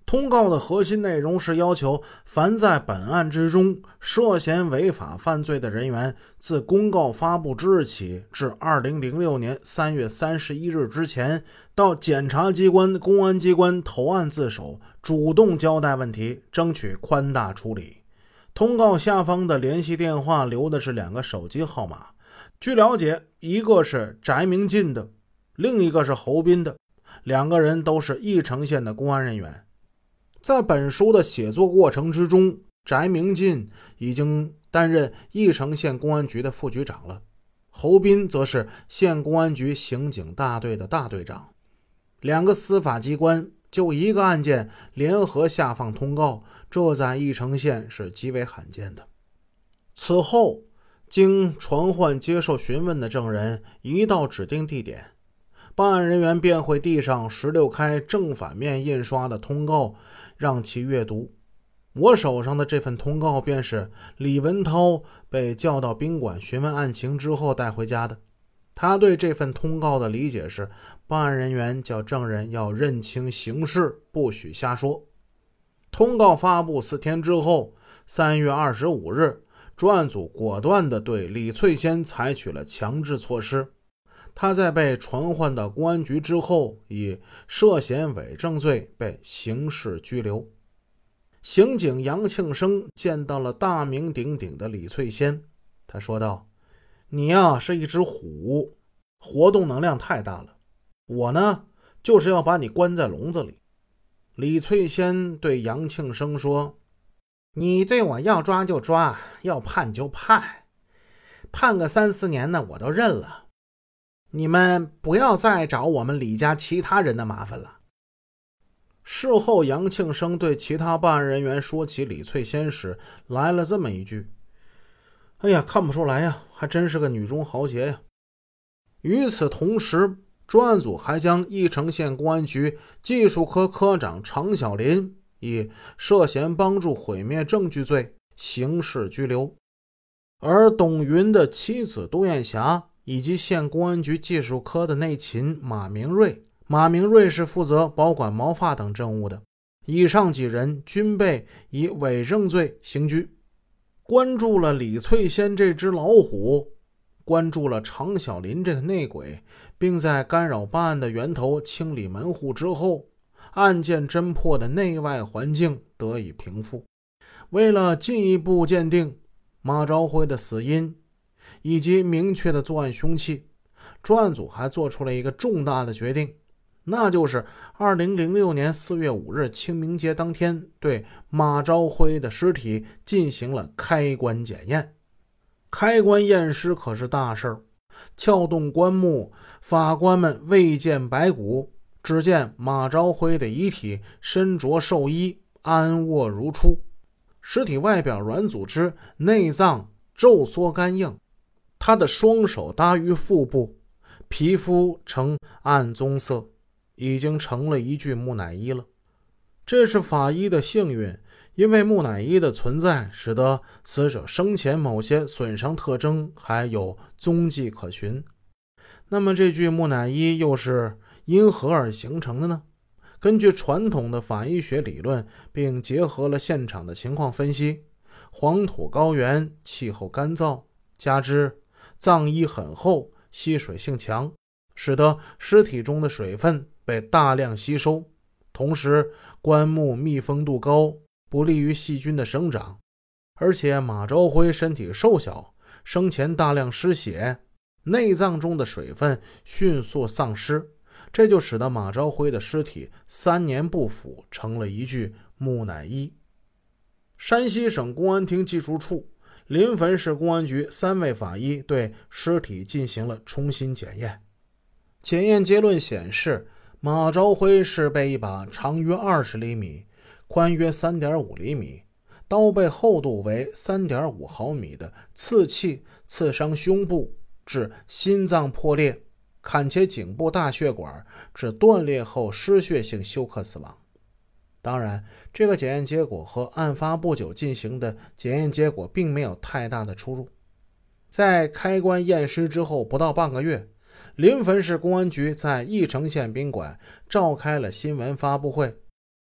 通告的核心内容是要求凡在本案之中涉嫌违法犯罪的人员，自公告发布之日起至2006年3月31日之前，到检察机关、公安机关投案自首，主动交代问题，争取宽大处理。通告下方的联系电话留的是2个手机号码，据了解，一个是翟明进的，另一个是侯斌的，2个人都是翼城县的公安人员。在本书的写作过程之中，翟明进已经担任翼城县公安局的副局长了，侯斌则是县公安局刑警大队的大队长。2个司法机关就一个案件联合下放通告，这在翼城县是极为罕见的。此后，经传唤接受询问的证人一到指定地点，办案人员便会递上16开正反面印刷的通告，让其阅读。我手上的这份通告便是李文涛被叫到宾馆询问案情之后带回家的。他对这份通告的理解是，办案人员叫证人要认清形势，不许瞎说。通告发布4天之后，3月25日，专案组果断地对李翠仙采取了强制措施。他在被传唤到公安局之后，以涉嫌伪证罪被刑事拘留。刑警杨庆生见到了大名鼎鼎的李翠仙，他说道：“你呀，是一只虎，活动能量太大了。我呢，就是要把你关在笼子里。”李翠仙对杨庆生说：“你对我要抓就抓，要判就判，判个3、4年呢，我都认了。你们不要再找我们李家其他人的麻烦了。”事后，杨庆生对其他办案人员说起李翠仙时，来了这么一句：“哎呀，看不出来呀，还真是个女中豪杰呀。”与此同时，专案组还将翼城县公安局技术科科长常小林以涉嫌帮助毁灭证据罪刑事拘留，而董云的妻子杜艳霞以及县公安局技术科的内勤马明瑞是负责保管毛发等证物的，以上几人均被以伪证罪刑拘。关注了李翠仙这只老虎，关注了常小林这个内鬼，并在干扰办案的源头清理门户之后，案件侦破的内外环境得以平复。为了进一步鉴定马朝辉的死因以及明确的作案凶器，专案组还做出了一个重大的决定，那就是2006年4月5日清明节当天，对马朝辉的尸体进行了开棺检验。开棺验尸可是大事儿，撬动棺木，法官们未见白骨，只见马朝辉的遗体身着寿衣，安卧如初，尸体外表软组织，内脏皱缩干硬，他的双手搭于腹部，皮肤呈暗棕色，已经成了一具木乃伊了。这是法医的幸运，因为木乃伊的存在使得死者生前某些损伤特征还有踪迹可循。那么这具木乃伊又是因何而形成的呢？根据传统的法医学理论，并结合了现场的情况分析，黄土高原，气候干燥，加之脏衣很厚，吸水性强，使得尸体中的水分被大量吸收，同时棺木密封度高，不利于细菌的生长，而且马朝辉身体瘦小，生前大量失血，内脏中的水分迅速丧失，这就使得马朝辉的尸体3年不腐，成了一具木乃伊。山西省公安厅技术处、临汾市公安局3位法医对尸体进行了重新检验。检验结论显示，马朝辉是被一把长约20厘米、宽约3.5厘米、刀背厚度为3.5毫米的刺器刺伤胸部，致心脏破裂，砍切颈部大血管，致断裂后失血性休克死亡。当然，这个检验结果和案发不久进行的检验结果并没有太大的出入。在开棺验尸之后不到半个月，临汾市公安局在翼城县宾馆召开了新闻发布会，